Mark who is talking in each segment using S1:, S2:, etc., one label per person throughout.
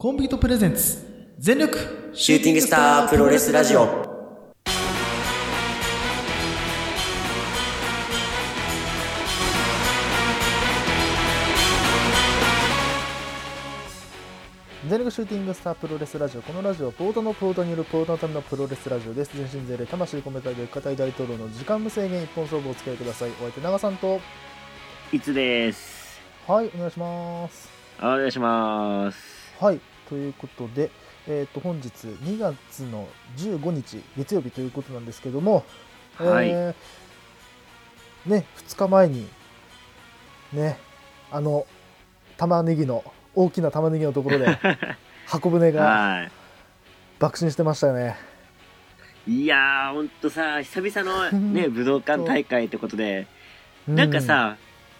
S1: コンビートプレゼンツ全力
S2: シューティングスタープロレスラジオ。
S1: 全力シューティングスタープロレスラジオ。このラジオはポートのプロートによるプロートのためのプロレスラジオです。全身全霊魂込めたで片井大統領の時間無制限一本勝負をお付き合いください。お相手長さんと
S2: いつです。
S1: はい、お願いします。
S2: お願いします。
S1: はい、ということで、本日2月の15日月曜日ということなんですけども、
S2: はい
S1: ね、2日前にね、玉ねぎの大きな玉ねぎのところで箱舟が
S2: は
S1: 爆心してましたよね。
S2: いやー、ほんとさ、久々のね、武道館大会ってことで、
S1: うん
S2: なんかさ、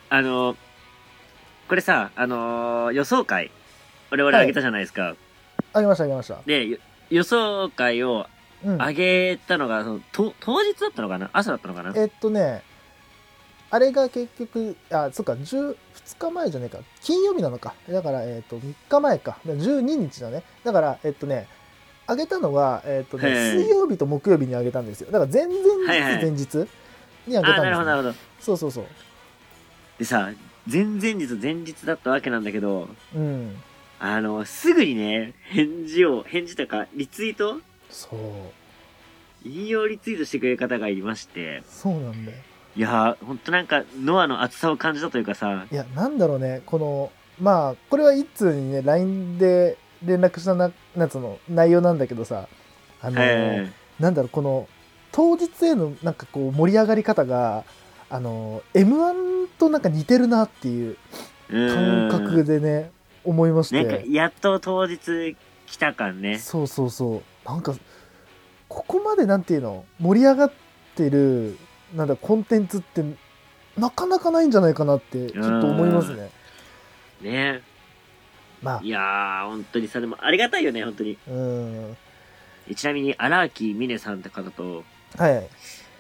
S2: これさ、予想会、我々あげたじゃないですか。
S1: あげました。
S2: で、予想会を
S1: うん、
S2: あげたのが、当日だったのかな、朝だったのかな。
S1: あれが結局、そっか、2日前じゃねえか、金曜日なのか。だから、3日前か。12日だね。だから、あげたのが、水曜日と木曜日にあげたんですよ。だから前々日、前日にあげたんですよ。
S2: なるほど、なるほど。
S1: そう。
S2: でさ、前日だったわけなんだけど、
S1: うん。
S2: すぐにね、返事というか、リツイート
S1: そう。
S2: 引用リツイートしてくれる方がいまして、
S1: そうなんだよ。
S2: いやー、ほんとなんか、ノアの熱さを感じたというかさ、
S1: いや、なんだろうね、これは一通にね、LINE で連絡したなんつうの内容なんだけどさ、なんだろう、この、当日へのなんかこう盛り上がり方が、M1 となんか似てるなっていう感覚でね、思いまして。
S2: なんか、やっと当日来た感ね。
S1: そう。なんか、ここまでなんていうの、盛り上がってる、なんだ、コンテンツってなかなかないんじゃないかなってちょっと思いますね。
S2: ね。
S1: まあ、
S2: いやー、本当にさ、でもありがたいよね、本当に。ちなみに、荒木美音さんって方と、
S1: はい。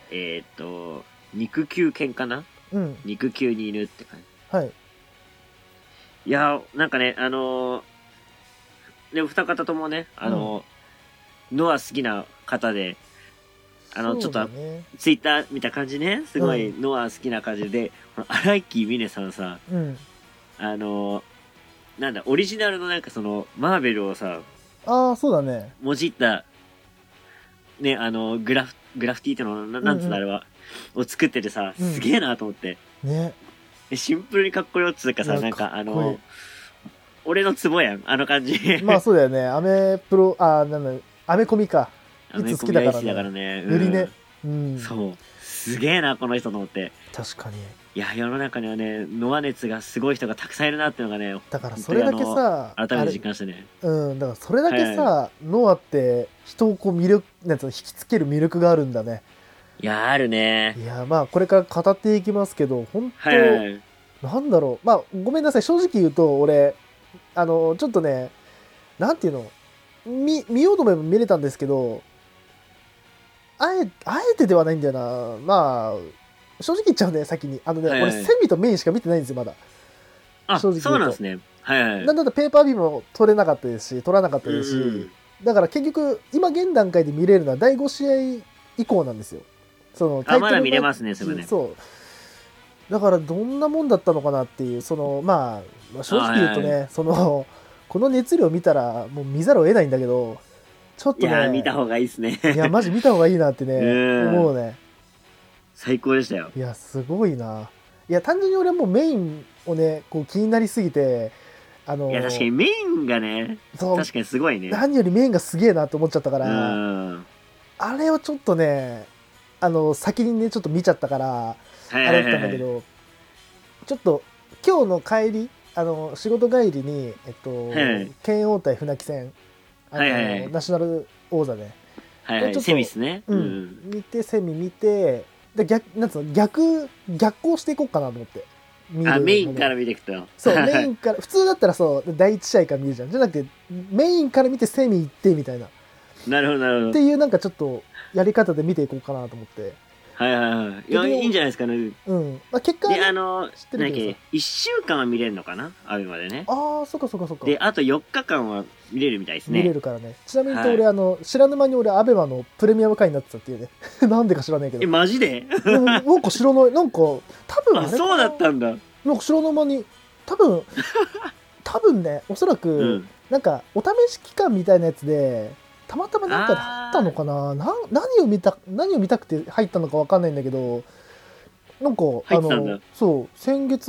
S2: 肉球犬かな、
S1: うん。
S2: 肉球に犬って感じ。
S1: はい。
S2: いやー、なんかね、でも二方ともね、ノア好きな方で、ちょっと、ツイッター見た感じね、すごいノア好きな感じで、荒木美音さんさ、
S1: うん。
S2: なんだ、オリジナルのなんかマーベルをさ、
S1: そうだね。
S2: もじった、ね、グラフティっての、なんつうのあれは、を作っててさ、すげえなと思って。
S1: ね。
S2: シンプルにかっこよっつうかさ、なんか俺のツボやん、あの感じ。
S1: まあそうだよね。アメコミか。いつ好きだからね。塗りね。うん。
S2: そう。すげえな、この人と思って。
S1: 確かに。
S2: いや、世の中にはね、ノア熱がすごい人がたくさんいるなっていうのがね、
S1: だからそれだけさ、
S2: 改めて実感してね。
S1: だからそれだけさ、ノアって人をこう引きつける魅力があるんだね。
S2: いや、あるね。
S1: いや、まあこれから語っていきますけど、本当、なんだろう。まあごめんなさい、正直言うと、俺、ちょっとね、なんていうの、見ようと思えば見れたんですけど、あえてではないんだよな。まあ、正直言っちゃうね、先に。俺、セミとメインしか見てないんですよ、まだ。
S2: 正直言うと。そうなんですね。
S1: なんだったらペーパービューも取れなかったですし、取らなかったですし、だから結局、今現段階で見れるのは第5試合以降なんですよ。
S2: まだ見れますね、それね。
S1: そう。だから、どんなもんだったのかなっていう、まあ、正直言うとね、この熱量見たら、もう見ざるを得ないんだけど、ちょっとね。
S2: いや、見た方がいいですね。
S1: いや、マジ見た方がいいなってね、思うね。
S2: 最高でしたよ。
S1: いや、すごいな。いや、単純に俺はもうメインをね、こう気になりすぎて、
S2: いや、確かにメインがね、確かにすごいね。
S1: 何よりメインがすげえなと思っちゃったから、あれをちょっとね、先にね、ちょっと見ちゃったから、あれだったんだけど、ちょっと、今日の帰り、仕事帰りに、剣王対船木戦、ナショナル王座で、
S2: セミっすね。
S1: セミ見て、で逆行していこうかなと思って。
S2: メインから見ていくと。
S1: そう、メインから、普通だったらそう、第一試合から見るじゃん。じゃなくて、メインから見てセミ行ってみたいな。
S2: なるほど。
S1: っていうなんかちょっと、やり方で見ていこうかなと思って。
S2: はいはいはい。いや、いいんじゃないですかね。
S1: うん。まあ、結果は、ね、
S2: で、
S1: 知ってるけどさ。
S2: 1週間は見れるのかなアベマでね。
S1: ああ、そっかそっかそっか。
S2: で、あと4日間は見れるみたいですね。
S1: 見れるからね。ちなみに俺、はい、知らぬ間に俺、アベマのプレミアム会になってたっていうね。なんでか知らないけど。
S2: マジで
S1: なんか知らない。なんか、多分あれかな。
S2: そうだったんだ。
S1: なんか知らぬ間に、多分ね、おそらく、なんか、お試し期間みたいなやつで、たまたまなんかで入ったのかな。何を見たくて入ったのかわかんないんだけど、なんか、そう、先月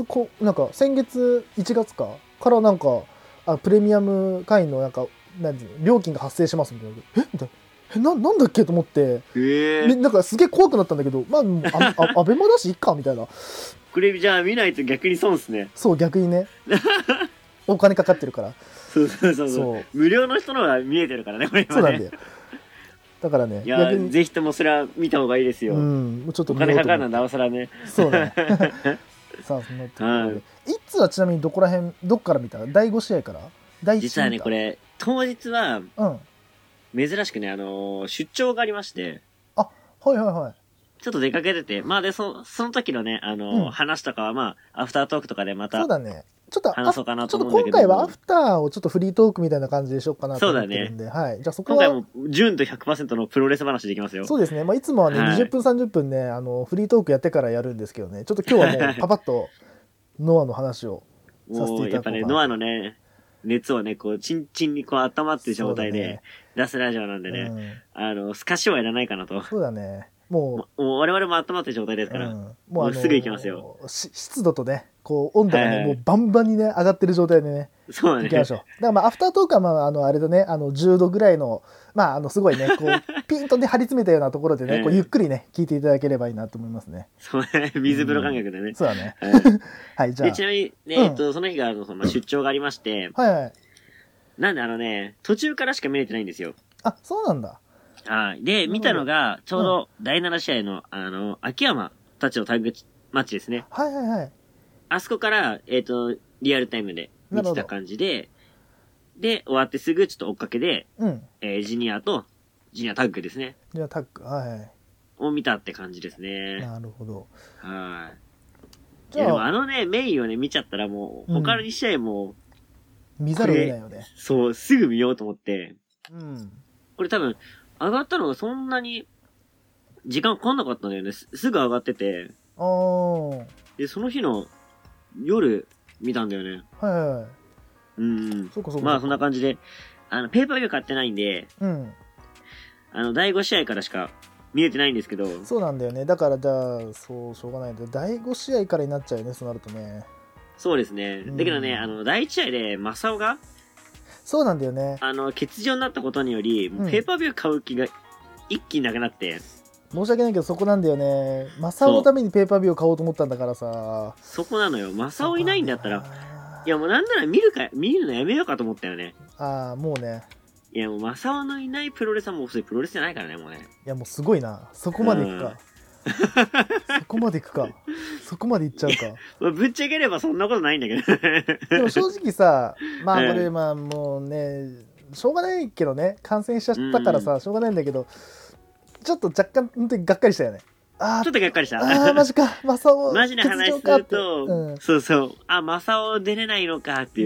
S1: 1月からなんか、プレミアム会員のなんか、料金が発生しますみたいな。みたいな。なんだっけと思って、なんかすげえ怖くなったんだけど、まあ、アベマだしいっかみたいな。
S2: これじゃあ見ないと逆に損っすね。
S1: そう、逆にね。お金かかってるから。
S2: そう。無料の人の方が見えてるからね、これはね。
S1: そうなんだよ。だからね。
S2: いや、ぜひともそれは見た方がいいですよ。
S1: うん。ちょっと
S2: お金かかるのはなおさらね。
S1: そうね。さあ、そんなところで。いつはちなみにどっから見た？第5試合から？
S2: 実はね、これ、当日は、珍しくね、出張がありまして。
S1: あ、はいはいはい。
S2: ちょっと出かけてて、まあで、その時のね、話とかはまあ、アフタートークとかでまた。
S1: そうだね。ちょっと
S2: 話そうかなと思うんだけど。
S1: 今回はアフターをちょっとフリートークみたいな感じでしようかなと思ってるんで。そうだね。はい。じゃあそこは。
S2: 今回も純度 100% のプロレス話できますよ。
S1: そうですね。まあいつもはね、20分30分ね、フリートークやってからやるんですけどね。ちょっと今日はもうパパッとノアの話をさせていただこうかな。
S2: やっぱね、ノアのね、熱をね、こう、チンチンにこう温まってる状態で出すラジオなんでね、スカッシュはいらないかなと。
S1: そうだね。も
S2: う我々も温まってる状態ですから、もうすぐ行きますよ。
S1: 湿度とね、こう、温度がね、もうバンバンにね、上がってる状態でね、
S2: そうだね。
S1: 行きましょう。だからまあ、アフタートークはまあ、あれだね、10度ぐらいの、まあ、すごいね、こう、ピンとね、張り詰めたようなところでね、こうゆっくりね、聞いていただければいいなと思いますね。
S2: そうね、水風呂感覚でね。
S1: そうだね。はい、じゃあ。
S2: ちなみに、ね、その日が出張がありまして、
S1: はいはい。
S2: なんで途中からしか見れてないんですよ。
S1: あ、そうなんだ。
S2: で、見たのが、ちょうど第7試合の、秋山たちのタッグマッチですね。
S1: はいはいはい。
S2: あそこから、リアルタイムで見てた感じで、で、終わってすぐちょっと追っかけで、ジュニアタッグですね。
S1: ジュニアタッグ、はい。
S2: を見たって感じですね。
S1: なるほど。
S2: はい。いや、でもメインをね、見ちゃったらもう、他の2試合も、
S1: 見ざるを得ないよね。
S2: そう、すぐ見ようと思って。これ多分、上がったのがそんなに、時間かかんなかったんだよね。すぐ上がってて。で、その日の夜見たんだよね。
S1: はいはいはい。
S2: そうか。まあそんな感じで、ペーパービュー買ってないんで、第5試合からしか見れてないんですけど。
S1: そうなんだよね。だからじゃあ、そう、しょうがないんで、第5試合からになっちゃうよね、そうなるとね。
S2: そうですね。だけどね、第1試合でマサオが、
S1: そうなんだよね。
S2: 欠場になったことにより、ペーパービュー買う気が一気になくなって。
S1: 申し訳ないけどそこなんだよね。マサオのためにペーパービューを買おうと思ったんだからさ。
S2: そこなのよ。マサオいないんだったら、いやもうなんなら見るのやめようかと思ったよね。
S1: もうね。
S2: いやもうマサオのいないプロレスはもうそれプロレスじゃないからね、もうね。
S1: いやもうすごいな。そこまでいくか。そこまでいくか。そこまでいっちゃうか。
S2: ぶっちゃければそんなことないんだけど。
S1: でも正直さ、まあこれまあもうね、しょうがないけどね、感染しちゃったからさ、しょうがないんだけど、ちょっと若干本当にがっかりしたよね。
S2: ちょっとがっかりした。
S1: マジか、マサオ。
S2: マジな話すると、そう。マサオ出れないのかっていう。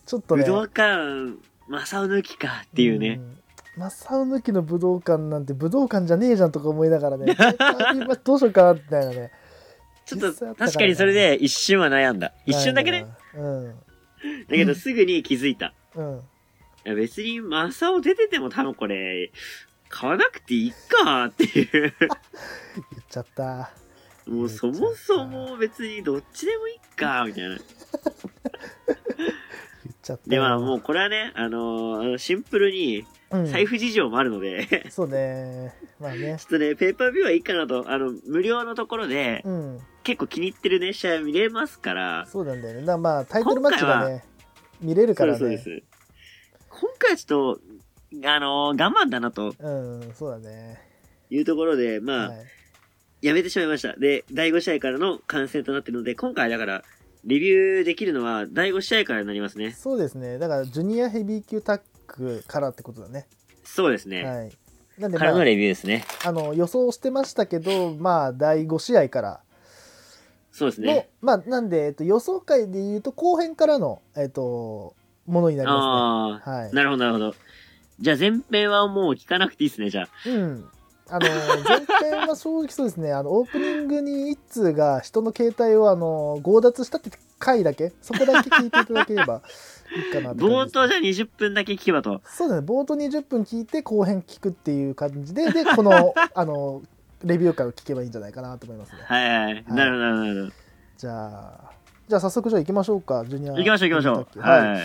S1: ちょっとね。
S2: 武道館、マサオ抜きかっていうね。
S1: マサオ抜きの武道館なんて武道館じゃねえじゃんとか思いながらね、どうしようかみたいなね。
S2: ちょっと確かにそれで一瞬は悩んだ。一瞬だけね。だけどすぐに気づいた。いや別にマサオ出てても多分これ、買わなくていいかっていう。言っ
S1: ちゃった。
S2: もうそもそも別にどっちでもいいかみたいな。でまあもうこれはね、シンプルに財布事情もあるので、
S1: そうね。まあね。
S2: ちょっとね、ペーパービューはいいかなと、無料のところで、結構気に入ってるね、試合見れますから。
S1: そうなんだよね。まあタイトルマッチがね、見れるからね。
S2: そうです。今回はちょっと、我慢だなと。
S1: そうだね。
S2: いうところで、まあ、やめてしまいました。で、第5試合からの観戦となっているので、今回だから、レビューできるのは第5試合からになりますね。
S1: そうですね。だから、ジュニアヘビー級タッグからってことだね。
S2: そうですね。
S1: はい。 なんで、
S2: からのレビューですね。
S1: 予想してましたけど、まあ、第5試合から
S2: そうですね。
S1: まあ、なんで、予想会で言うと、後編からの、ものになりますね。はい。
S2: なるほど、なるほど。じゃあ前編はもう聞かなくていいですね、じゃあ。
S1: うん。前編は正直そうですね、オープニングに一通が人の携帯を強奪したって回だけ、そこだけ聞いていただければいいかなって感じです、ね。
S2: 冒頭じゃあ20分だけ聞けばと。
S1: そうですね、冒頭20分聞いて後編聞くっていう感じで、この、レビュー会を聞けばいいんじゃないかなと思いますね。
S2: はいはい。なるほど、なるほど。
S1: じゃあ早速じゃあ行きましょうか、ジュニア。
S2: 行きましょう、行きましょう。
S1: はい。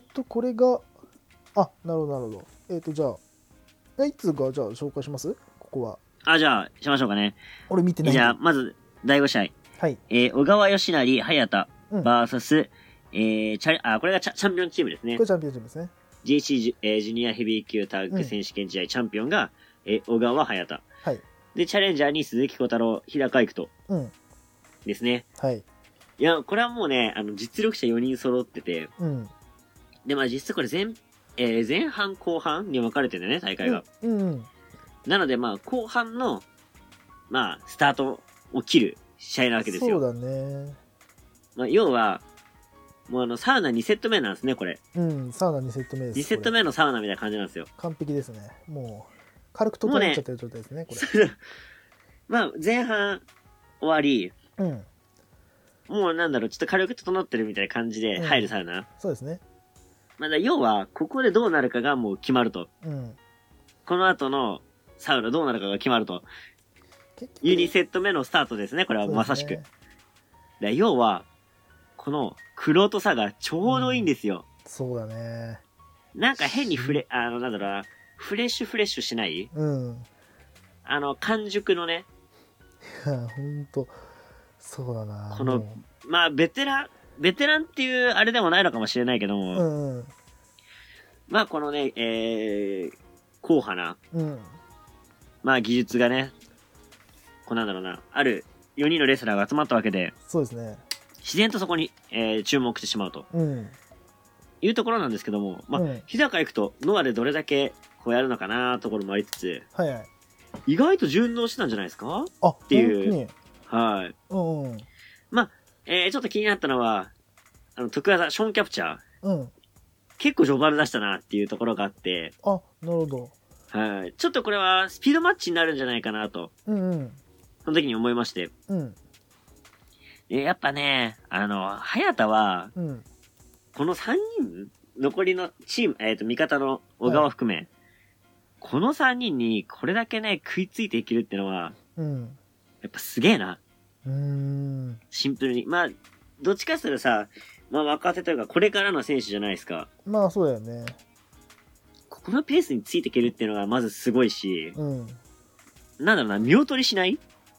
S1: これが、なるほど、なるほど。じゃあ、いつが、じゃあ紹介しますここ
S2: は。じゃあ、しましょうかね。
S1: 俺見てない。
S2: じゃあ、まず、第5試合。
S1: はい。
S2: 小川義成、早田、バーサス、これがチャンピオンチームですね。
S1: これチャンピオンチームですね。
S2: GC ジュニアヘビー級タッグ選手権試合チャンピオンが、小川早田。
S1: はい。
S2: で、チャレンジャーに鈴木小太郎、日高育人。ですね。
S1: はい。
S2: いや、これはもうね、実力者4人揃ってて。で、まあ実質これ前半後半に分かれてるんだよね、大会が。なのでまあ後半の、まあ、スタートを切る試合なわけですよ。
S1: そうだね。
S2: まあ、要は、もうサウナ2セット目なんですね、これ。
S1: サウナ2セット目です。
S2: 2セット目のサウナみたいな感じなんですよ。
S1: 完璧ですね。もう、軽く整っちゃってる状態ですね、これ。
S2: まあ、前半終わり、もうなんだろう、ちょっと軽く整ってるみたいな感じで入るサウナ。
S1: そうですね。
S2: まあ、要は、ここでどうなるかがもう決まると。この後のサウナどうなるかが決まると。2セット目のスタートですね、これはまさしく。で要は、この黒とさがちょうどいいんですよ。
S1: そうだね。
S2: なんか変になんだろうな、フレッシュしない？完熟のね。
S1: いや、ほんと、そうだな。
S2: この、まあ、ベテランっていうあれでもないのかもしれないけども、まあ、このね、硬派な、まあ、技術がね、こうなんだろうな、ある4人のレスラーが集まったわけで、
S1: そうですね。
S2: 自然とそこに、注目してしまうと。いうところなんですけども、まあ、日高行くと、ノアでどれだけこうやるのかなところもありつつ、意外と順応してたんじゃないですかっていう。はい。まあ、ちょっと気になったのは、得技、ショーンキャプチャー。結構序盤出したなっていうところがあって。
S1: なるほど。
S2: はい。ちょっとこれはスピードマッチになるんじゃないかなと。その時に思いまして。やっぱね、早田は、この3人、残りのチーム、味方の小川含め、この3人にこれだけね、食いついていけるってのは、やっぱすげえな。シンプルに。まあ、どっちかっていうとさ、まあ若手というか、これからの選手じゃないですか。
S1: まあそうだよね。
S2: このペースについていけるっていうのがまずすごいし、なんだろうな、見劣りしない？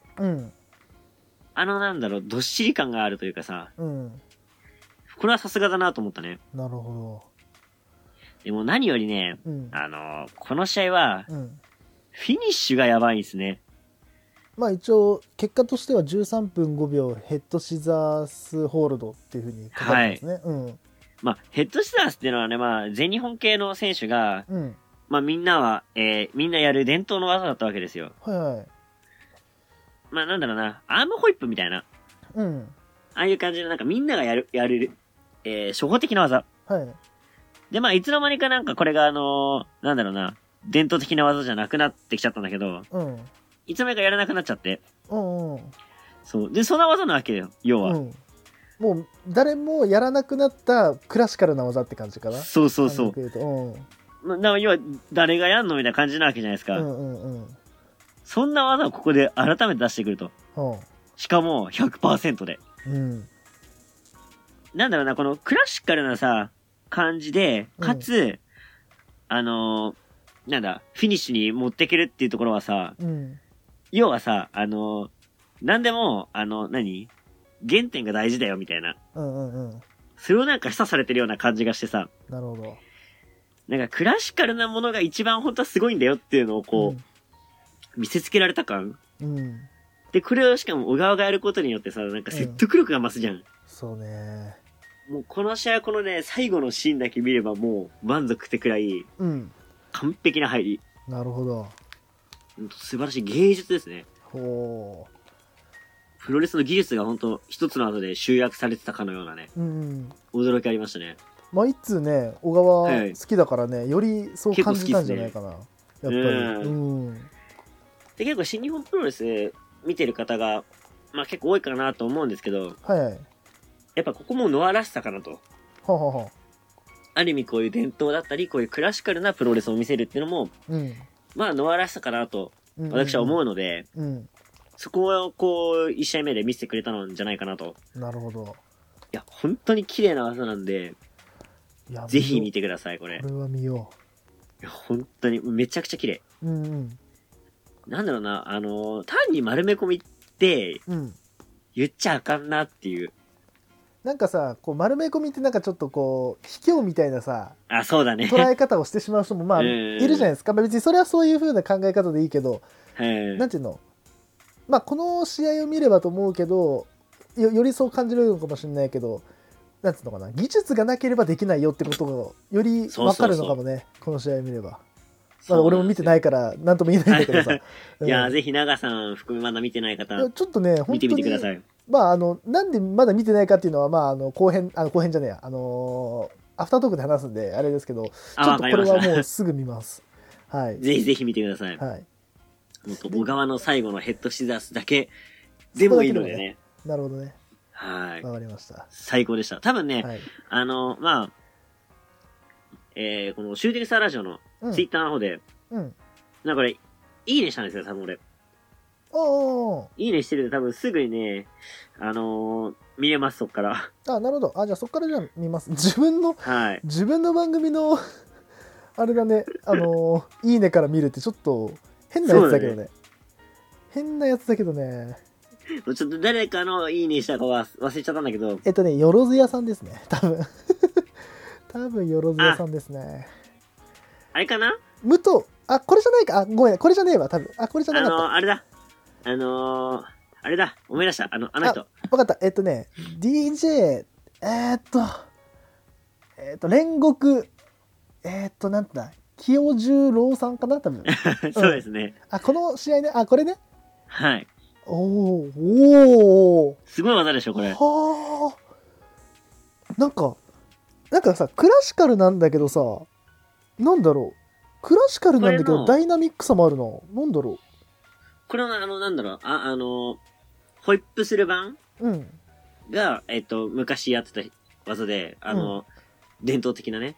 S2: なんだろう、どっしり感があるというかさ、これはさすがだなと思ったね。
S1: なるほど。
S2: でも何よりね、この試合は、フィニッシュがやばいんですね。
S1: まあ一応、結果としては13分5秒ヘッドシザースホールドっていうふうに書かれてますね。
S2: まあ、ヘッドシザースっていうのはね、まあ、全日本系の選手が、まあみんなやる伝統の技だったわけですよ。まあなんだろうな、アームホイップみたいな。ああいう感じのなんかみんながやる、初歩的な技。で、まあいつの間にかなんかこれがなんだろうな、伝統的な技じゃなくなってきちゃったんだけど、いつの間にかやらなくなっちゃって。そう。で、そんな技なわけよ、要は。
S1: もう、誰もやらなくなったクラシカルな技って感じかな。
S2: そう。要は、誰がやんのみたいな感じなわけじゃないですか。そんな技をここで改めて出してくると。しかも、100% で。なんだろうな、このクラシカルなさ、感じで、かつ、なんだ、フィニッシュに持っていけるっていうところはさ、要はさ、なんでも、原点が大事だよみたいな。それをなんか示唆されてるような感じがしてさ。
S1: なるほど。
S2: なんかクラシカルなものが一番本当はすごいんだよっていうのをこう、見せつけられた感。で、これをしかも小川がやることによってさ、なんか説得力が増すじゃん。
S1: そうね。
S2: もうこの試合このね、最後のシーンだけ見ればもう満足ってくらい、完璧な入り。
S1: なるほど。
S2: 素晴らしい芸術ですね。
S1: ほう。
S2: プロレスの技術が本当一つの後で集約されてたかのようなね、驚きありましたね。
S1: まあ一通ね、小川好きだからね、よりそう感じたんじゃないかな、やっぱり。
S2: で、結構新日本プロレス見てる方が、まあ結構多いかなと思うんですけど、
S1: はいはい。
S2: やっぱここもノアらしさかなと。
S1: ははは。
S2: ある意味こういう伝統だったり、こういうクラシカルなプロレスを見せるっていうのも、まあノアらしさかなと、私は思うので、そこをこう、1試合目で見せてくれたのじゃないかなと。
S1: なるほど。
S2: いや、本当に綺麗な技なんで、ぜひ見てください、これ。
S1: これは見よ
S2: う。いや、本当に、めちゃくちゃ綺麗。なんだろうな、単に丸め込みって、言っちゃあかんなっていう。
S1: なんかさ、こう丸め込みってなんかちょっとこう、卑怯みたいなさ、
S2: そうだね。
S1: 捉え方をしてしまう人もまあ、いるじゃないですか。別にそれはそういう風な考え方でいいけど、なんていうの、まあこの試合を見ればと思うけど、よりそう感じるのかもしれないけど、なんていうのかな、技術がなければできないよってことがより分かるのかもね、この試合を見れば。まだ俺も見てないから何とも言えないんだけどさ。
S2: いや、ぜひ長さん含めまだ見てない方、
S1: ちょっとね、
S2: 見てみてください。
S1: まあなんでまだ見てないかっていうのは、まあ後編じゃねえや、アフタートークで話すんであれですけど、ちょっとこれはもうすぐ見ます。はい。
S2: ぜひぜひ見てください。
S1: はい。
S2: 小川の最後のヘッドシザースだけでもいいのでね。
S1: なるほどね。
S2: はい。
S1: わかりました。
S2: 最高でした。多分ね、まあ、このシューティングスターラジオのツイッターの方で、なんかこれ、いいねしたんですよ、多分俺。いいねしてるんで多分すぐにね、見れます、そっから。
S1: なるほど。じゃあそっからじゃあ見ます。自分の番組の、あれだね、いいねから見るってちょっと変なやつだけどね。変なやつだけどね。
S2: ちょっと誰かのいいねしたかは忘れちゃったんだけど。
S1: よろずやさんですね。多分よろずやさんですね。
S2: あれかな？
S1: これじゃないか。ごめん、これじゃねえわ、多分。これじゃなかった。
S2: あれだ。あれだ。思い出した。あの人。
S1: わかった。DJ、煉獄、なんだ、清十郎さんかな、多分。
S2: そうですね。
S1: この試合ね。これね。
S2: はい。
S1: お。
S2: すごい技でしょ、これ。
S1: はあ。なんかさ、クラシカルなんだけどさ、なんだろう。クラシカルなんだけど、ダイナミックさもあるな。なんだろう。
S2: これは、なんだろう。ホイップする版が、昔やってた技で、伝統的なね。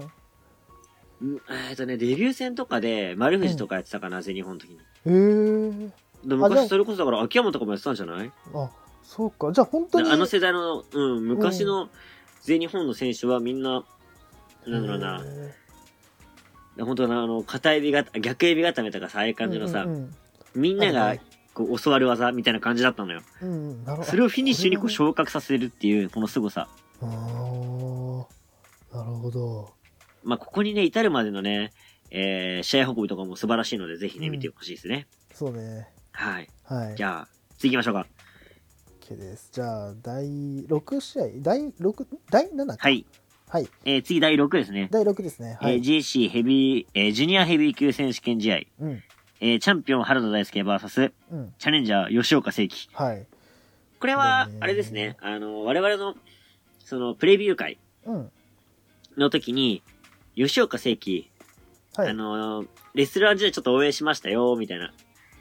S2: デビュー戦とかで、丸藤とかやってたかな、全日本の時に。昔それこそだから、秋山とかもやってたんじゃない？
S1: そうか。じゃあ本当に。
S2: 世代の、昔の全日本の選手はみんな、なんだろうな。本当な、逆エビ固めとかさ、ああいう感じのさ、みんなが、こう、教わる技みたいな感じだったのよ。それをフィニッシュにこう昇格させるっていう、この凄さ。
S1: なるほど。
S2: まあ、ここにね、至るまでのね、試合運びとかも素晴らしいので、ぜひね、見てほしいですね。
S1: そうね。
S2: はい。じゃあ、次行きましょうか。
S1: OK です。じゃあ、第6試合、第7か。はい。
S2: 次第6ですね。
S1: 第6ですね。はい。
S2: GC ヘビー、ジュニアヘビー級選手権試合。チャンピオン原田大輔 VS、チャレンジャー吉岡聖輝。
S1: はい。
S2: これは、あれですね。我々の、その、プレビュー会の時に、吉岡聖輝、レスラー時代ちょっと応援しましたよ、みたいな。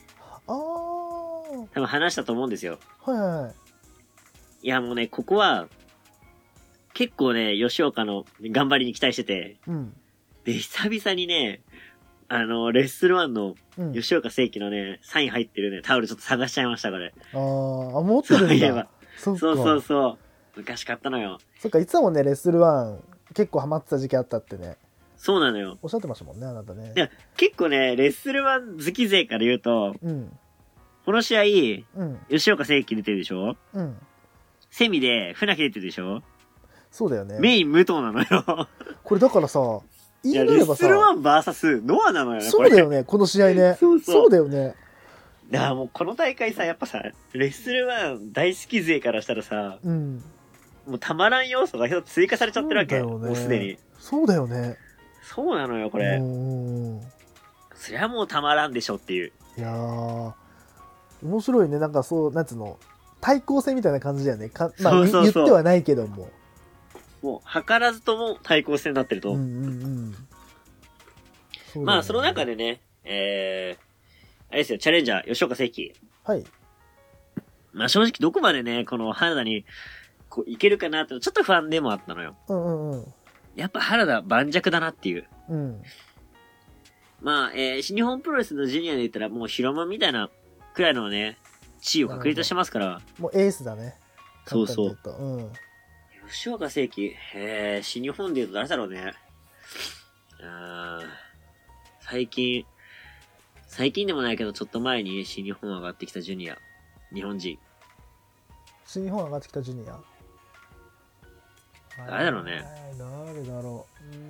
S2: 多分話したと思うんですよ。いや、もうね、ここは、結構ね、吉岡の頑張りに期待してて、で、久々にね、レッスル1の吉岡聖輝のね、サイン入ってるね、タオルちょっと探しちゃいました、これ。
S1: 持ってるんだ。
S2: そういえば。そう。昔買ったのよ。
S1: そっか、いつもね、レッスル1結構ハマってた時期あったってね。
S2: そうなのよ。
S1: おっしゃってましたもんね、あなたね。
S2: いや、結構ね、レッスル1好き勢から言うと、この試合、吉岡聖輝出てるでしょ？セミで船木出てるでしょ？そう
S1: だよね。
S2: メイン武藤なのよ。
S1: これだからさ、
S2: 言いなればさ、レッスル1 VS ノアなのよね。
S1: そうだよね、この試合ね。そうだよね。
S2: だからもうこの大会さ、やっぱさ、レッスル1大好き勢からしたらさ、もうたまらん要素が追加されちゃってるわけ。もうすでに。
S1: そうだよね。
S2: そうなのよ、これ。 そりゃもうたまらんでしょっていう。
S1: いやー、面白いね。なんかそう、なんつうの、対抗戦みたいな感じだよね。まあ、
S2: そうそうそう、
S1: 言ってはないけども。
S2: もう、図らずとも対抗戦になってると。
S1: うんうんうん。
S2: ね、まあ、その中でね、あれですよ、チャレンジャー、吉岡聖輝。
S1: はい。
S2: まあ、正直どこまでね、この原田に、こう、いけるかなって、ちょっと不安でもあったのよ。
S1: うんうんうん。
S2: やっぱ原田盤石だなっていう。
S1: うん。
S2: まあ、新日本プロレスのジュニアで言ったら、もう広間みたいなくらいのね、地位を確立してますから。
S1: もうエースだね。
S2: そうそう。
S1: うん。
S2: 吉岡聖輝、新日本で言うと誰だろうね。最近でもないけど、ちょっと前に新日本上がってきたジュニア。日本人。
S1: 新日本上がってきたジュニア。
S2: 誰だろうね。
S1: 誰だろ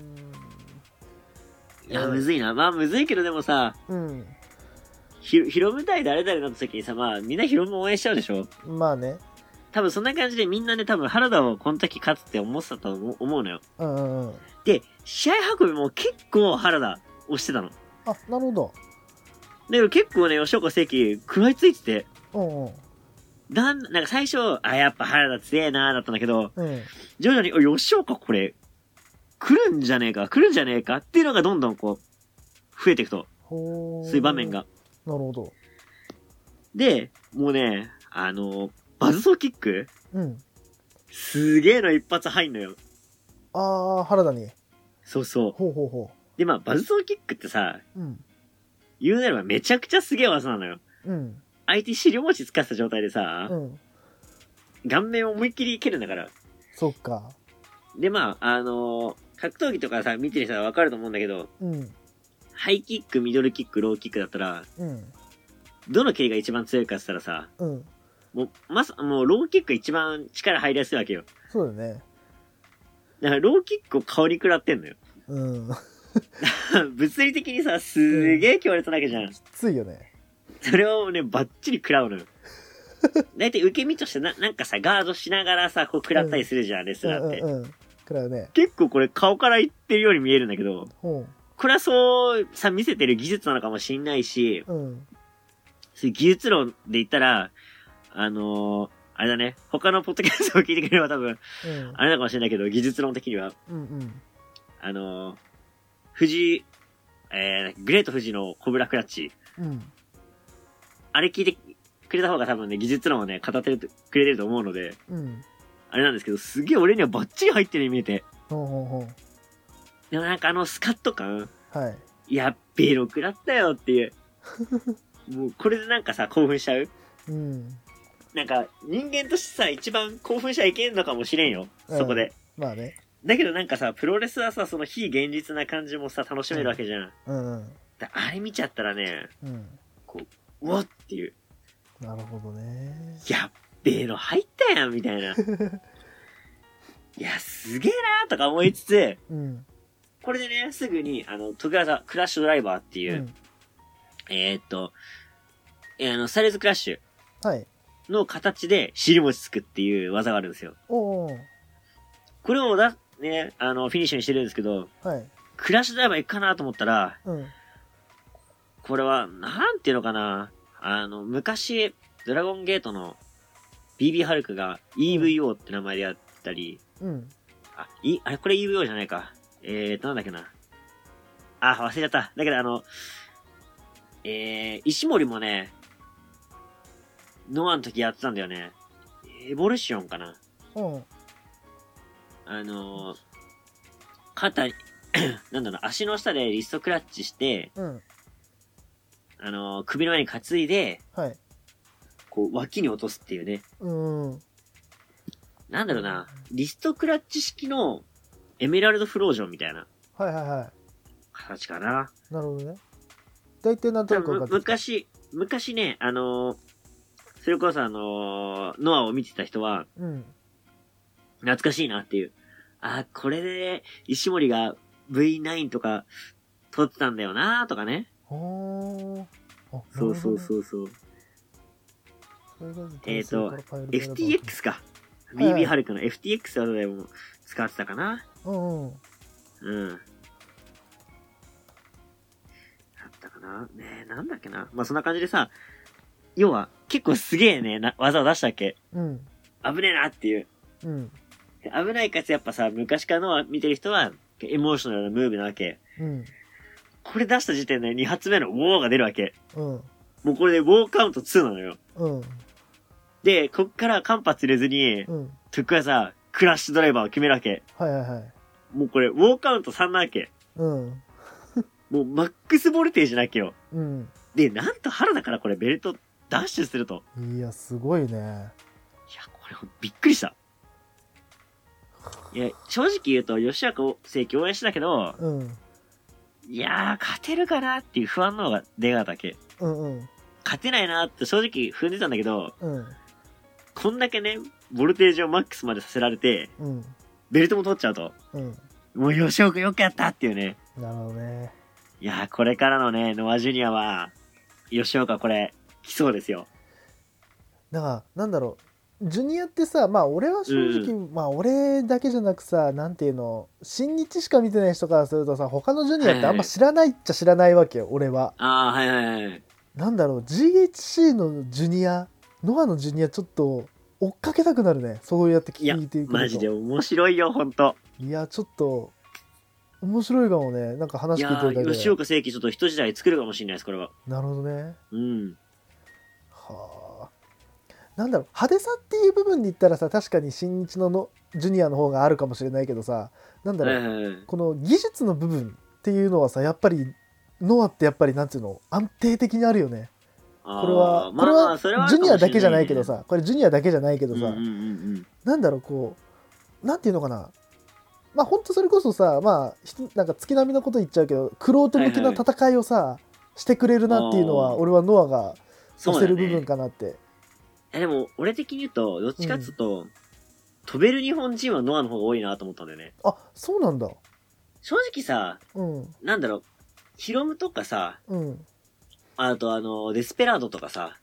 S2: う。いや、むずいな。まあ、むずいけどでもさ、
S1: うん。
S2: ヒロム対誰々の時にさ、まあ、みんなヒロム応援しちゃうでしょ。
S1: まあね。
S2: 多分そんな感じでみんなね、多分原田をこの時勝つって思ってたと思うのよ。
S1: うんうんうん。
S2: で、試合運びも結構原田押してたの。
S1: あ、なるほど。
S2: だけど結構ね、吉岡聖輝食らいついてて。
S1: うんうん。
S2: なんか最初、やっぱ原田強えなーだったんだけど、
S1: うん、
S2: 徐々に、吉岡これ、来るんじゃねえかっていうのがどんどんこう、増えていくと。そういう場面が。
S1: なるほど。
S2: で、もうね、バズソーキック、
S1: うん。
S2: すげえの一発入んのよ。
S1: あー、原田に。
S2: そうそう。
S1: ほうほうほ
S2: う。で、まあ、バズソーキックってさ、
S1: うん。
S2: 言うなればめちゃくちゃすげえ技なのよ。
S1: うん。
S2: 相手尻餅使った状態でさ、
S1: うん。
S2: 顔面を思いっきり蹴るんだから。
S1: そっか。
S2: で、まあ、格闘技とかさ、見てる人はわかると思うんだけど、
S1: うん。
S2: ハイキック、ミドルキック、ローキックだったら、
S1: うん。
S2: どの蹴りが一番強いかって言ったらさ、
S1: うん。
S2: もうローキック一番力入りやすいわけよ。
S1: そうだね。
S2: だからローキックを顔に食らってんのよ。
S1: うん。
S2: 物理的にさ、すげえ強烈なわけじゃん。
S1: きついよね。
S2: それをね、バッチリ食らうのよ。だいたい受け身としてなんかさ、ガードしながらさ、こう食らったりするじゃん、レスラーって。
S1: 食らうね。
S2: 結構これ顔からいってるように見えるんだけど、これはそうさ、見せてる技術なのかもしんないし、そういう技術論で言ったら、あれだね、他のポッドキャストを聞いてくれれば多分、あれだかもしれないけど、技術論的には、グレート富士のコブラクラッチ、あれ聞いてくれた方が多分ね、技術論をね、語ってくれてると思うので、あれなんですけど、すげえ俺にはバッチリ入ってるように見えて。でもなんかスカッと感、やっべえの食らったよっていう。もうこれでなんかさ、興奮しちゃう、なんか、人間としてさ、一番興奮しちゃいけんのかもしれんよ。そこで。
S1: まあね。
S2: だけどなんかさ、プロレスはさ、その非現実な感じもさ、楽しめるわけじゃん。あれ見ちゃったらね、こう、うわっていう。
S1: なるほどね。
S2: やっべえの入ったやんみたいな。いや、すげえなーとか思いつつ、これでね、すぐに、徳技、クラッシュドライバーっていう、スタイルズクラッシュの形で尻餅つくっていう技があるんですよ。これをね、フィニッシュにしてるんですけど、クラッシュドライバーいくかなと思ったら、これは、なんていうのかな、昔、ドラゴンゲートの BB ハルクが EVO って名前でやったり、あれこれ EVO じゃないか。なんだっけな。忘れちゃった。だけど石森もね、ノアの時やってたんだよね。エボリューションかな。肩に、なんだろう、足の下でリストクラッチして、首の上に担いで、こう、脇に落とすっていうね。なんだろうな、リストクラッチ式のエメラルドフロージョンみたいな。形かな。
S1: なるほどね。大体なんとなく分かって
S2: きた。昔ね、それこそノアを見てた人は、懐かしいなっていう。これで、石森が V9 とか、撮ってたんだよなとかね。そうそうそうそう。FTX か。BB ハルクの FTX 技でも使ってたかな。だったかなんだっけな。まあ、そんな感じでさ、要は、結構すげえね、技を出したっけ。
S1: うん。
S2: 危ねえなっていう。
S1: うん。
S2: 危ないかつやっぱさ、昔からの見てる人は、エモーショナルなムーブなわけ。
S1: うん。
S2: これ出した時点で2発目のウォーが出るわけ。
S1: うん。
S2: もうこれでウォーカウント2なのよ。
S1: うん。
S2: で、こっから間髪入れずに、
S1: うん。
S2: 徳はさ、クラッシュドライバーを決めるわけ。
S1: はいはいはい。
S2: もうこれ、ウォーカウント3なわけ。
S1: うん。
S2: もうマックスボルテージなわけよ。
S1: うん。
S2: で、なんと原田からこれベルトダッシュすると。
S1: いや、すごいね。
S2: いや、これびっくりした。いや、正直言うと、吉岡聖輝応援してたけど、
S1: うん。
S2: いやー、勝てるかなっていう不安の方が出がだけ。
S1: うんうん。
S2: 勝てないなって正直踏んでたんだけど、
S1: うん。
S2: こんだけね、ボルテージをマックスまでさせられて、
S1: うん。
S2: ベルトも取っちゃうと、
S1: うん。
S2: もう吉岡よくやったっていうね。
S1: なるほどね。
S2: いやー、これからのね、ノアジュニアは、吉岡これ、来そうですよ。
S1: だから、なんだろう。ジュニアってさ、まあ俺は正直、まあ俺だけじゃなくさ、なんていうの、新日しか見てない人からするとさ、他のジュニアってあんま知らないっちゃ知らないわけよ、俺は。
S2: ああ、はいはいはい。
S1: なんだろう、GHC のジュニア、ノアのジュニアちょっと追っかけたくなるね。そうやって聞いていくと。
S2: マジで面白いよ、ほんと。
S1: いや、ちょっと、面白いかもね。なんか話聞いてるだけで。
S2: 吉岡聖輝ちょっと一時代作るかもしれないです、これは。
S1: なるほどね。
S2: うん。
S1: はあ。なんだろう、派手さっていう部分で言ったらさ、確かに新日のジュニアの方があるかもしれないけどさ、なんだろう、この技術の部分っていうのはさ、やっぱり、ノアってやっぱりなんていうの、安定的にあるよね。これはジュニアだけじゃないけどさ、これジュニアだけじゃないけどさ、なんだろう、こう、なんていうのかな。まあ本当それこそさ、まあ、なんか月並みのこと言っちゃうけど、玄人向きな戦いをさ、してくれるなっていうのは、俺はノアが押せる部分かなって。
S2: でも、俺的に言うと、どっちかっつうと、飛べる日本人はノアの方が多いなと思ったんだよね。
S1: あ、そうなんだ。
S2: 正直さ、なんだろう、ヒロムとかさ、あとデスペラードとかさ、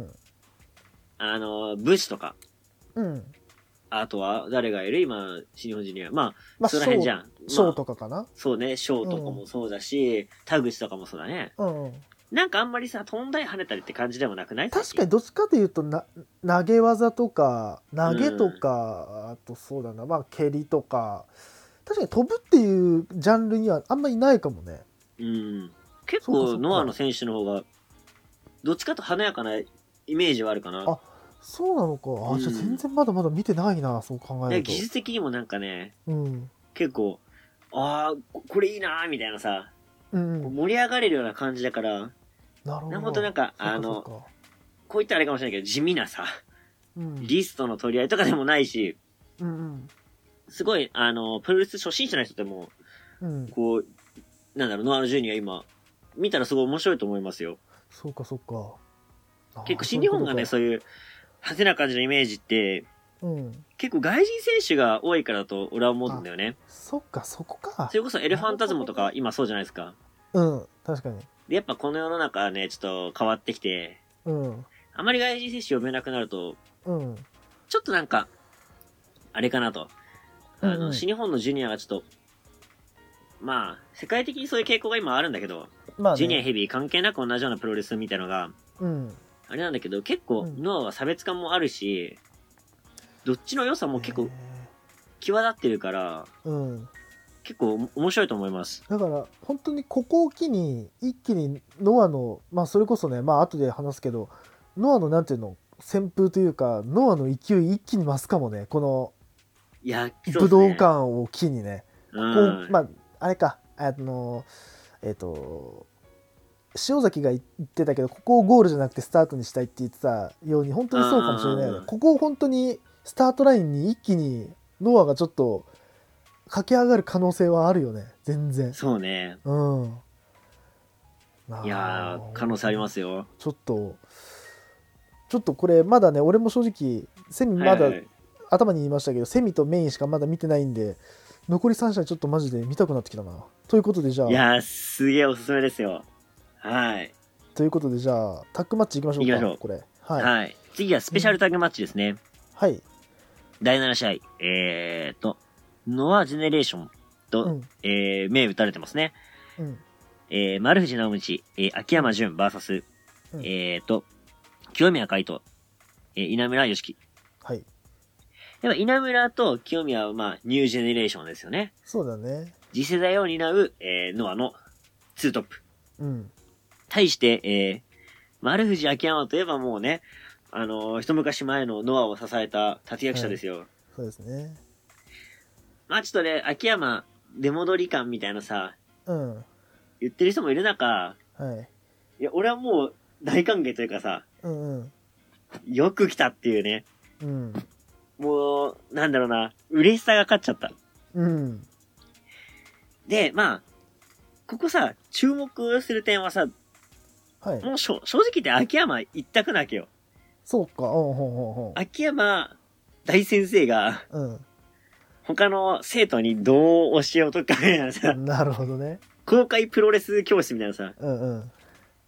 S2: ブシとか、あとは誰がいる今、新日本ジュニア。まあ、その辺じゃん。
S1: ショーとかかな。
S2: そうね、ショーとかもそうだし、田口とかもそうだね。なんかあんまりさ、飛んだり跳ねたりって感じでもなくない？
S1: 確かにどっちかというと投げ技とか投げとか、あとそうだな、まあ蹴りとか、確かに飛ぶっていうジャンルにはあんまりいないかもね。
S2: 結構ノアの選手の方がどっちかと華やかなイメージはあるかな。
S1: あ、そうなのか。あ、じゃあ全然まだまだ見てないな、そう考えると。
S2: 技術的にもなんかね、結構これいいなみたいなさ、盛り上がれるような感じだから。なるほど。なんか、こう言ったらあれかもしれないけど、地味なさ、リストの取り合いとかでもないし、すごい、プロレス初心者の人でも、こう、なんだろう、ノアのジュニア今、見たらすごい面白いと思いますよ。
S1: そうか、そうか。
S2: 結構新日本がね、そういう、派手な感じのイメージって、結構外人選手が多いからと俺は思うんだよね。
S1: そっか、そこか。
S2: それこそエレファンタズムとか今そうじゃないですか。
S1: 確かに。
S2: で、やっぱこの世の中はね、ちょっと変わってきて、あまり外人選手呼べなくなると、ちょっとなんか、あれかなと。新日本のジュニアがちょっと、まあ、世界的にそういう傾向が今あるんだけど、ジュニアヘビー関係なく同じようなプロレスみたいなのが、あれなんだけど、結構、ノアは差別感もあるし、どっちの良さも結構、際立ってるから、結構面白いと思います。
S1: だから本当にここを機に一気にノアの、まあそれこそね、まあ後で話すけど、ノアのなんていうの、旋風というかノアの勢い一気に増すかもね、この武道館を機にね。まああれか、塩崎が言ってたけど、ここをゴールじゃなくてスタートにしたいって言ってたように、本当にそうかもしれないよね。ここを本当にスタートラインに一気にノアがちょっと駆け上がる可能性はあるよね、全然。
S2: そうね。いやー、可能性ありますよ。
S1: ちょっとこれまだね、俺も正直セミまだ頭に言いましたけど、セミとメインしかまだ見てないんで、残り3試合ちょっとマジで見たくなってきたな。ということでじゃあ、
S2: いやー、すげえおすすめですよ。はい。
S1: ということでじゃあタッグマッチいきましょうか。行きましょう。これ
S2: はい。次はスペシャルタッグマッチですね。
S1: はい。
S2: 第7試合、ノアジェネレーションと、銘打たれてますね。 丸藤直道、秋山純 VS、
S1: うん
S2: 清宮海斗、稲村良樹。
S1: はい。
S2: やっぱ稲村と清宮はまあ、ニュージェネレーションですよね。
S1: そうだね。
S2: 次世代を担う、ノアのツートップ。
S1: うん。
S2: 対して、丸藤秋山といえばもうね、一昔前のノアを支えた立役者ですよ。
S1: そうですね。
S2: まあちょっとね、秋山、出戻り感みたいなさ、
S1: うん。
S2: 言ってる人もいる中、
S1: はい。
S2: いや、俺はもう大歓迎というかさ、
S1: うんうん。
S2: よく来たっていうね。
S1: うん。
S2: もう、なんだろうな、嬉しさが勝っちゃった。
S1: うん。
S2: で、まあ、ここさ、注目する点はさ、
S1: はい。
S2: もう正直言って秋山一択なわけよ。
S1: そうか。ほうほうほうほ
S2: 秋山大先生が、
S1: う。うん。
S2: 他の生徒にどう教えようとかみたいなさ、
S1: なるほどね。
S2: 公開プロレス教室みたいなさ。
S1: うんうん。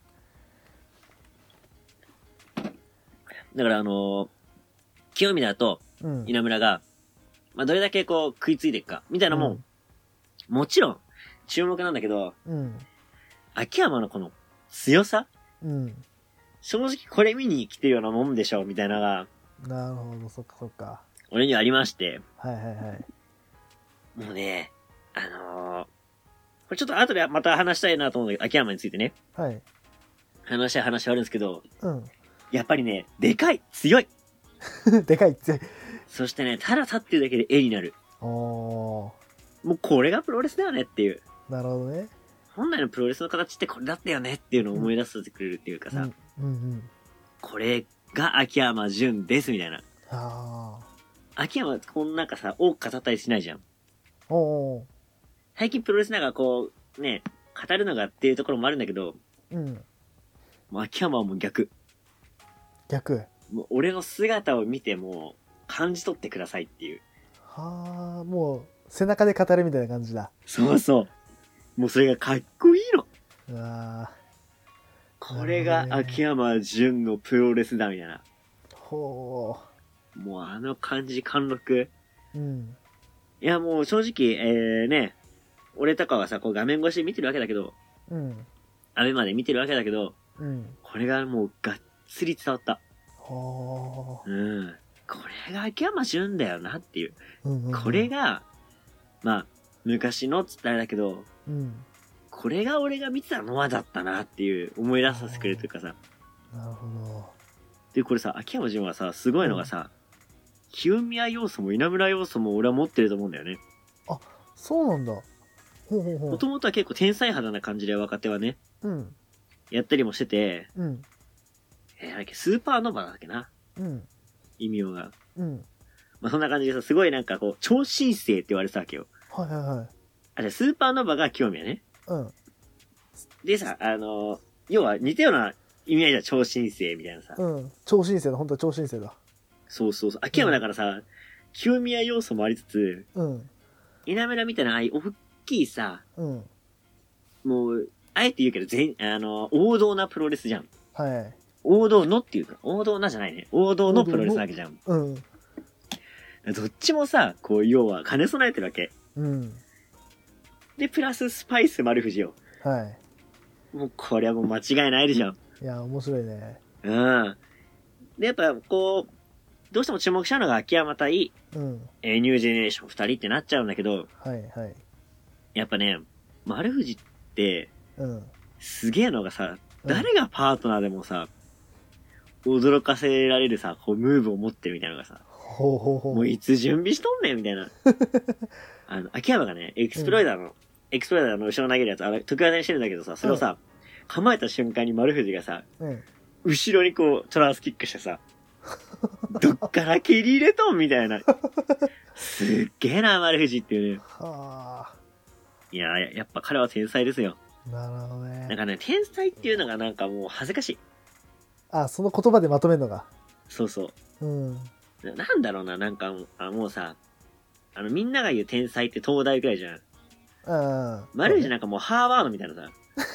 S2: だから清宮と
S1: うん。
S2: 稲村が、まあ、どれだけこう食いついていくか、みたいなのも、もちろん注目なんだけど、
S1: うん。
S2: 秋山のこの強さ、
S1: うん。
S2: 正直これ見に来てるようなもんでしょ、みたいなのが、
S1: なるほど。そっかそっか。
S2: 俺にはありまして、
S1: はいはいはい。
S2: もうね、これちょっと後でまた話したいなと思うんだけど、秋山についてね。
S1: はい。
S2: 話はあるんですけど、
S1: うん。
S2: やっぱりね、でかい強い
S1: でかいって。
S2: そしてね、ただ立ってるだけで絵になる。
S1: おー。
S2: もうこれがプロレスだよねっていう。
S1: なるほどね。
S2: 本来のプロレスの形ってこれだったよねっていうのを思い出させてくれるっていうかさ、
S1: うんうん。
S2: これが秋山純ですみたいな。
S1: あ
S2: 秋山こんなんかさ、多く語ったりしないじゃん。
S1: ー。おー。
S2: 最近プロレスなんかこう、ね、語るのがっていうところもあるんだけど、
S1: うん。
S2: もう秋山はもう逆。
S1: 逆。
S2: もう俺の姿を見てもう感じ取ってくださいっていう。
S1: はあ、もう背中で語るみたいな感じだ。
S2: そうそう。もうそれがかっこいいの。
S1: うわ
S2: これが秋山純のプロレスだみたいな。
S1: ほ
S2: もうあの感じ貫禄。
S1: う。うん。
S2: いやもう正直、ね、俺とかはさ、こう画面越しで見てるわけだけど、
S1: うん。
S2: アベマで見てるわけだけど、
S1: うん。
S2: これがもうがっつり伝わった。
S1: ほ
S2: うん。これが秋山純だよなっていう。
S1: う。うんうんうん、
S2: これが、まあ、昔のっつったらあれだけど、
S1: うん。
S2: これが俺が見てたノアだったなっていう思い出させてくれるというかさ。
S1: なるほど。
S2: で、これさ、秋山純はさ、すごいのがさ、清宮要素も稲村要素も俺は持ってると思うんだよね。
S1: あ、そうなんだ。ほうほうほう。
S2: もともとは結構天才肌な感じで若手はね、
S1: うん。
S2: やったりもしてて、
S1: うん。
S2: なんだっけ、スーパーノヴァだっけな。
S1: うん。
S2: 異名が。
S1: うん。
S2: まあ、そんな感じでさ、すごいなんかこう、超新星って言われてたわけよ。
S1: はいはいはい。
S2: あ、じゃあスーパーノヴァが清宮ね。
S1: うん。
S2: でさ、要は似たような意味合いじゃ超新星みたいなさ。
S1: うん。超新星だ。本当は超新星だ。
S2: そうそうそう。秋山だからさ、清宮要素もありつつ、
S1: うん。
S2: 稲村みたいなああいう大きいさ、
S1: うん。
S2: もう、あえて言うけど、王道なプロレスじゃん。
S1: はい。
S2: 王道のっていうか、王道なじゃないね。王道のプロレスなわけじゃん。
S1: うん。
S2: どっちもさ、こう、要は兼ね備えてるわけ。
S1: うん。
S2: で、プラススパイス丸藤よ。
S1: は
S2: もう、これはもう間違いないでしょ。
S1: い。いや、面白いね。
S2: うん。で、やっぱ、こう、どうしても注目したのが秋山対、
S1: うん。
S2: ニュージェネレーション2人ってなっちゃうんだけど、
S1: はいはい。
S2: やっぱね、丸藤って、
S1: うん。
S2: すげえのがさ、誰がパートナーでもさ、驚かせられるさ、こう、ムーブを持ってるみたいなのがさ、
S1: ほうほうほう。
S2: もういつ準備しとんねんみたいな。秋山がね、エクスプロイダーの後ろ投げるやつ、得意技にしてるんだけどさ、それをさ、構えた瞬間に丸藤がさ、
S1: うん。
S2: 後ろにこう、トランスキックしてさ、どっから蹴り入れとんみたいな。すっげえな、丸藤っていうね。
S1: はあ。
S2: いや、やっぱ彼は天才ですよ。
S1: なるほどね。
S2: なんかね、天才っていうのがなんかもう恥ずかしい。
S1: あ、その言葉でまとめるのが。
S2: そうそう。
S1: うん。
S2: なんだろうな、なんか、もうさ、みんなが言う天才って東大くらいじゃん。
S1: ああ。
S2: 丸藤なんかもうハーバードみたいなさ。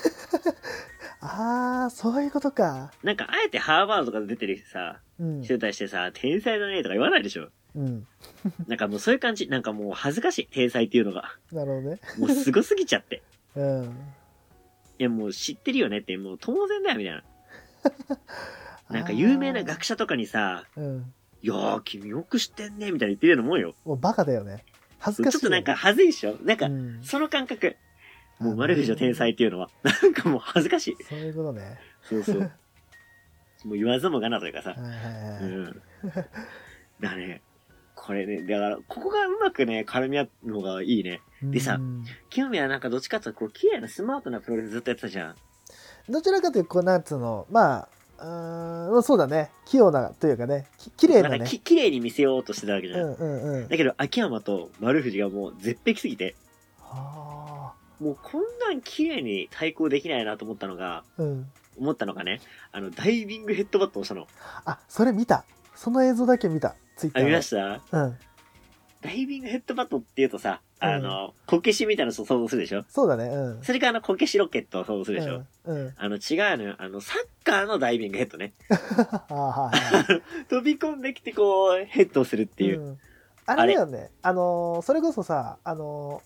S1: ああ、そういうことか。
S2: なんかあえてハーバードとかで出てるさ、
S1: うん。
S2: 人に対してさ、天才だねとか言わないでしょ。
S1: うん。
S2: なんかもうそういう感じ。なんかもう恥ずかしい、天才っていうのが。
S1: なるほどね。
S2: もうすごすぎちゃって。
S1: うん。
S2: いやもう知ってるよねって、もう当然だよみたいな。なんか有名な学者とかにさ、
S1: うん。
S2: いやー、君よく知ってんね、みたいな言ってるようなもんよ。
S1: もうバカだよね。恥ずかしい、ね。
S2: ちょっとなんか恥ずいでしょなんか、その感覚。もう丸藤の天才っていうのは。なんかもう恥ずかしい。
S1: そういうことね。
S2: そうそう。もう言わずもがなというかさ。
S1: はいはいはい。
S2: うん。だね。これね、だから、ここがうまくね、絡み合うのがいいね。でさ、清宮はなんかどっちかっていうと、こう、綺麗なスマートなプロレスずっとやってたじゃん。
S1: どちらかというと、こう、なんつうの、まあ、そうだね。器用なというかね、綺麗なね。
S2: 綺麗に見せようとしてたわけじゃん。
S1: うんうんうん。
S2: だけど、秋山と丸藤がもう絶壁すぎて、
S1: は
S2: あ。もうこんなん綺麗に対抗できないなと思ったのが、思ったのがね、ダイビングヘッドバットをしたの。
S1: あ、それ見た。その映像だけ見た。ツイッターで。
S2: 見ました？うん。ダイビングヘッドバットって言うとさ、こけしみたいなの想像するでしょ？そうだね。うん。それかこけしロケットを想像するでしょ？うん。違うのよ。サッカーのダイビングヘッドね。飛び込んできてこう、ヘッドをするっていう。あれだよね。
S1: それこそさ、飛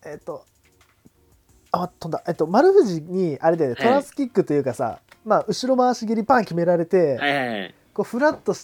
S1: んだ。丸藤に、あれだよね、トランスキックというかさ、まあ、後ろ回し蹴りパン決められて、こう、フラッとして、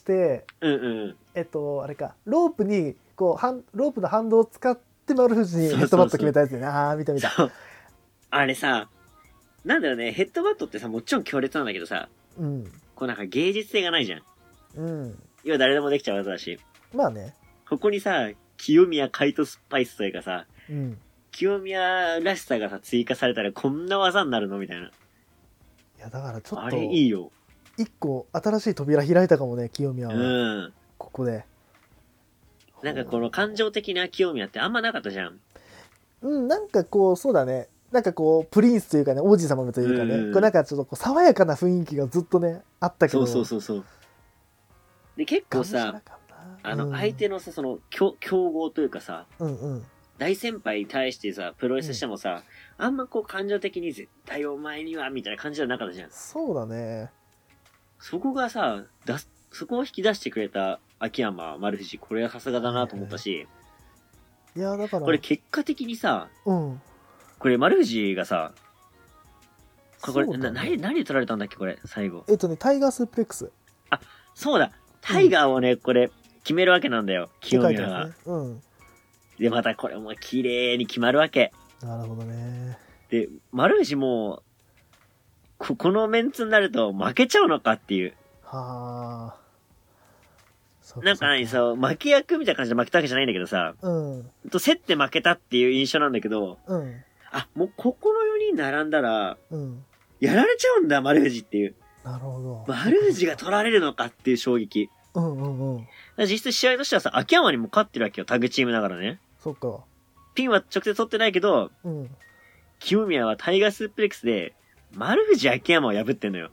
S1: あれか、ロープに、こう、ロープの反動を使って丸藤にヘッドバット決めたやつだよね。ああ、見た見た。
S2: あれさ、なんだろうね、ヘッドバットってさ、もちろん強烈なんだけどさ、こうなんか芸術性がないじゃん。要は誰でもできちゃう技だし。
S1: まあね。
S2: ここにさ、清宮カイトスパイスというかさ、清宮らしさがさ、追加されたらこんな技になるのみたいな。い
S1: や、だからちょっと。
S2: あれいいよ。
S1: 一個新しい扉開いたかもね、清宮は。ここで。
S2: なんかこの感情的な清宮ってあんまなかったじゃん。
S1: なんかこう、そうだね。なんかこう、プリンスというかね、王子様というかね、こうなんかちょっとこう爽やかな雰囲気がずっとね、あったけど。
S2: そう。で、結構さ、相手のさ、その、競合というかさ、大先輩に対してさ、プロレスしてもさ、あんまこう感情的に絶対お前には、みたいな感じじゃなかったじゃん。
S1: そうだね。
S2: そこがさ、そこを引き出してくれた秋山丸藤、これはさすがだなと思ったし、
S1: いや、だから。
S2: これ結果的にさ、これ丸藤がさ、これ、何で取られたんだっけこれ、最後。
S1: タイガースープレックス。
S2: あ、そうだ。タイガーをね、これ、決めるわけなんだよ。清宮が。で、またこれも綺麗に決まるわけ。
S1: なるほどね。
S2: で、丸藤も、このメンツになると負けちゃうのかっていう。
S1: はあ。
S2: なんか負け役みたいな感じで負けたわけじゃないんだけどさ、競って負けたっていう印象なんだけど、あ、もうここの4人並んだら、やられちゃうんだ、丸藤っていう。
S1: なるほど。
S2: 丸藤が取られるのかっていう衝撃。実質試合としてはさ、秋山にも勝ってるわけよ、タグチームながらね。
S1: そっか。
S2: ピンは直接取ってないけど、清宮はタイガースープレックスで、丸藤秋山を破ってんのよ。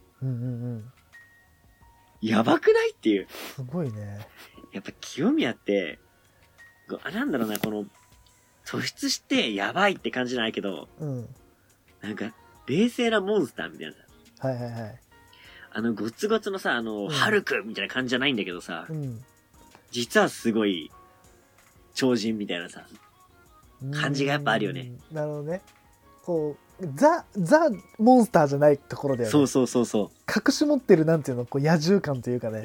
S2: やばくないっていう。
S1: すごいね。
S2: やっぱ清宮って、なんだろうな、この、突出してやばいって感じじゃないけど、なんか、冷静なモンスターみたいなさ。
S1: はいはいはい。
S2: ゴツゴツのさ、ハルクみたいな感じじゃないんだけどさ、実はすごい、超人みたいなさ、感じがやっぱあるよね。
S1: なるほどね。こう、ザ・モンスターじゃないところだよね。
S2: そう。
S1: 隠し持ってるなんていうの、こう野獣感というかね。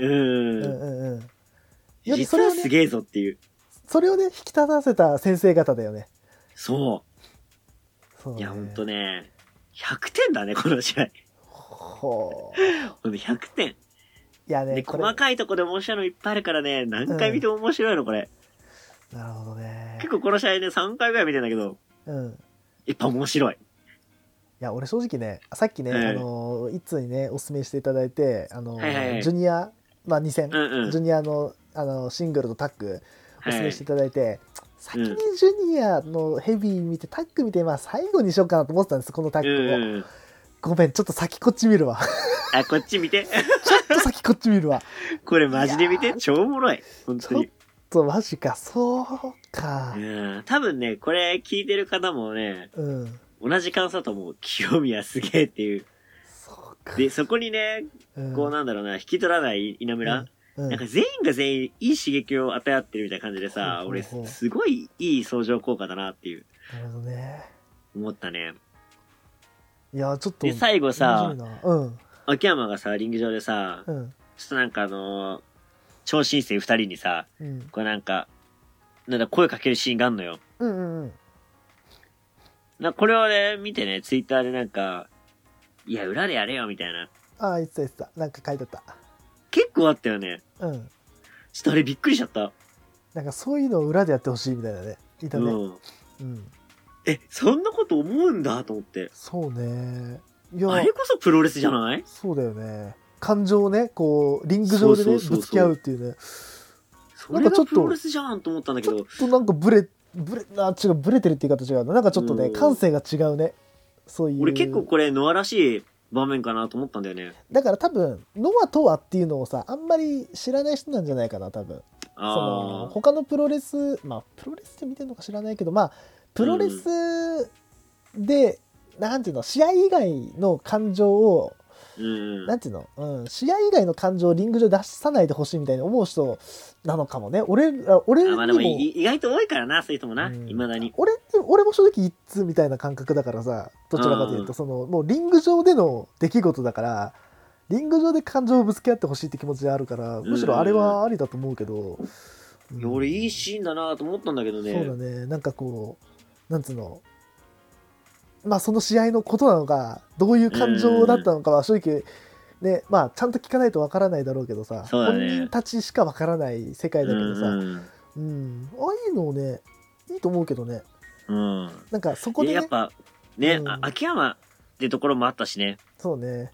S2: 実はすげえぞっていう。
S1: それをね、引き立たせた先生方だよね。
S2: そう。いや、ほんとね、100点だね、この試合。ほんと100点。い
S1: やね、
S2: 細かいとこで面白いのいっぱいあるからね、何回見ても面白いの、これ。
S1: なるほどね。
S2: 結構この試合ね、3回ぐらい見てんだけど、やっぱ面白い。い
S1: や、俺正直ね、さっきね、一通にね、おすすめしていただいて、ジュニア、まあ2戦、ジュニアの、シングルとタッグ、おすすめしていただいて、先にジュニアのヘビー見て、タッグ見て、まあ最後にしようかなと思ってたんです、このタッグを。ごめん、ちょっと先こっち見るわ。
S2: あ、こっち見て。ちょ
S1: っと先こっち見るわ。
S2: これマジで見て、超おもろい。本当に。
S1: ちょっとマジか、そうか。
S2: 多分ね、これ聞いてる方もね、同じ感想だと思う。清宮すげえっていう。で、そこにね、こうなんだろうな、引き取らない稲村。なんか全員が全員いい刺激を与え合ってるみたいな感じでさ、俺すごいいい相乗効果だなっていう。
S1: なるほどね。
S2: 思ったね。
S1: いや、ちょっと。
S2: で、最後さ、
S1: うん。
S2: 秋山がさ、リング上でさ、
S1: うん。
S2: ちょっとなんか超新星二人にさ、
S1: うん、
S2: これなんか声かけるシーンがあんのよ。
S1: うんうんうん。
S2: これをね、見てね、ツイッターでなんか、いや、裏でやれよ、みたいな。
S1: ああ、言ってた言ってた。なんか書いてあった。
S2: 結構あったよね。
S1: うん。
S2: ちょっとあれびっくりしちゃった。
S1: なんかそういうのを裏でやってほしいみたいなね。いたね。うん。うん。
S2: そんなこと思うんだと思って。
S1: そうね。
S2: いや、あれこそプロレスじゃない？
S1: そうだよね。感情をね、こう、リング上でね、ぶつけ合うっていうね。
S2: それがプロレスじゃんと思ったんだけど。
S1: ちょっとなんかブレてるって言い方違うな。なんかちょっとね、感性が違うね。そういう。
S2: 俺結構これノアらしい場面かなと思ったんだよね。
S1: だから多分、ノアとはっていうのをさ、あんまり知らない人なんじゃないかな、多分。その、他のプロレス、まあ、プロレスで見てるのか知らないけど、まあ、プロレスで、なんていうの、試合以外の感情を、なんていうの、うん、試合以外の感情をリング上出さないでほしいみたいに思う人なのかもね。俺にも。
S2: まあでも意外と多いからな、そういう人もな、いまだに。
S1: 俺も正直一通みたいな感覚だからさ、どちらかというと、その、もうリング上での出来事だから、リング上で感情をぶつけ合ってほしいって気持ちであるから、むしろあれはありだと思うけど。
S2: いや、俺いいシーンだなと思ったんだけどね。
S1: そうだね。なんかこう、なんつうの、まあその試合のことなのか、どういう感情だったのかは正直、ね、まあちゃんと聞かないとわからないだろうけどさ、
S2: ね、本
S1: 人たちしかわからない世界だけどさ、うん、ああいうのをね、いいと思うけどね。なんかそこで、ね、
S2: やっぱ、ね、秋山ってところもあったしね。
S1: そうね。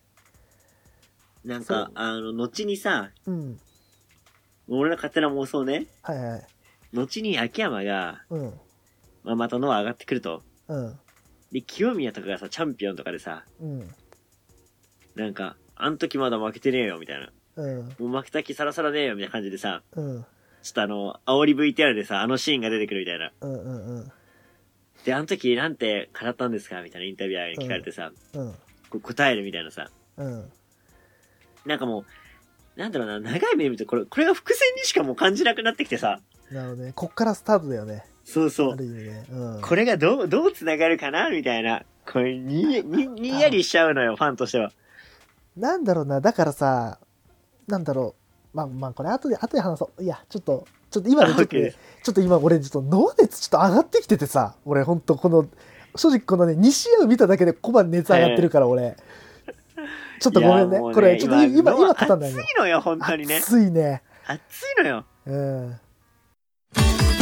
S2: なんか、後にさ、俺の勝手な妄想ね。
S1: はいはい。
S2: 後に秋山が、またノア上がってくると。で、清宮とかがさ、チャンピオンとかでさ、なんか、あん時まだ負けてねえよ、みたいな。もう負けた気さらさらねえよ、みたいな感じでさ、ちょっと煽り VTR でさ、あのシーンが出てくるみたいな。で、あの時なんて語ったんですかみたいなインタビュアーに聞かれてさ、答えるみたいなさ。なんかもう、なんだろうな、長い目見るとこれが伏線にしかもう感じなくなってきてさ。
S1: なるほどね。こっからスタートだよね。
S2: そうそう。
S1: ある意味ね。
S2: これがどう繋がるかなみたいな。これにやりしちゃうのよ、ファンとしては。
S1: なんだろうな、だからさ、なんだろう。まあ、これ後で話そう。いや、ちょっと今ね、ちょっと今俺ちょっと脳熱ちょっと上がってきててさ、俺ほんと正直このね、2試合を見ただけで小判熱上がってるから俺。ちょっとごめんね。これ、ちょっと今語ったんだよね。
S2: 暑いのよ、本当にね。
S1: 暑いね。
S2: 暑いのよ。